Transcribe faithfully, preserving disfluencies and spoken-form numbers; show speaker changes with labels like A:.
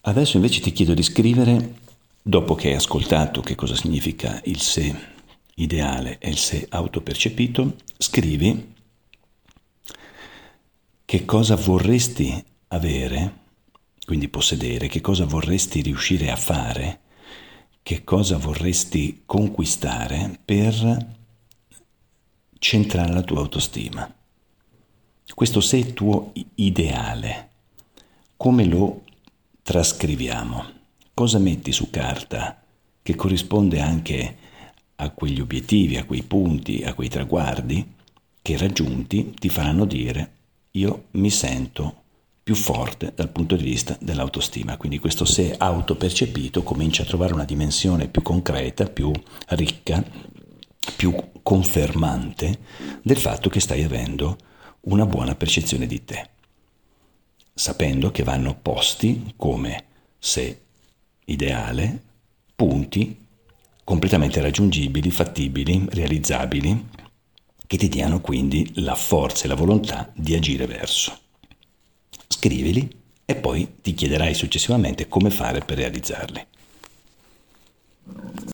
A: Adesso invece ti chiedo di scrivere, dopo che hai ascoltato che cosa significa il sé ideale e il sé autopercepito, scrivi che cosa vorresti avere, quindi possedere, che cosa vorresti riuscire a fare, che cosa vorresti conquistare per centrare la tua autostima. Questo sé tuo ideale, come lo trascriviamo? Cosa metti su carta che corrisponde anche a quegli obiettivi, a quei punti, a quei traguardi che raggiunti ti faranno dire io mi sento più forte dal punto di vista dell'autostima. Quindi questo sé autopercepito comincia a trovare una dimensione più concreta, più ricca, più confermante del fatto che stai avendo una buona percezione di te, sapendo che vanno posti come sé ideale, punti completamente raggiungibili, fattibili, realizzabili, che ti diano quindi la forza e la volontà di agire verso. Scrivili e poi ti chiederai successivamente come fare per realizzarli.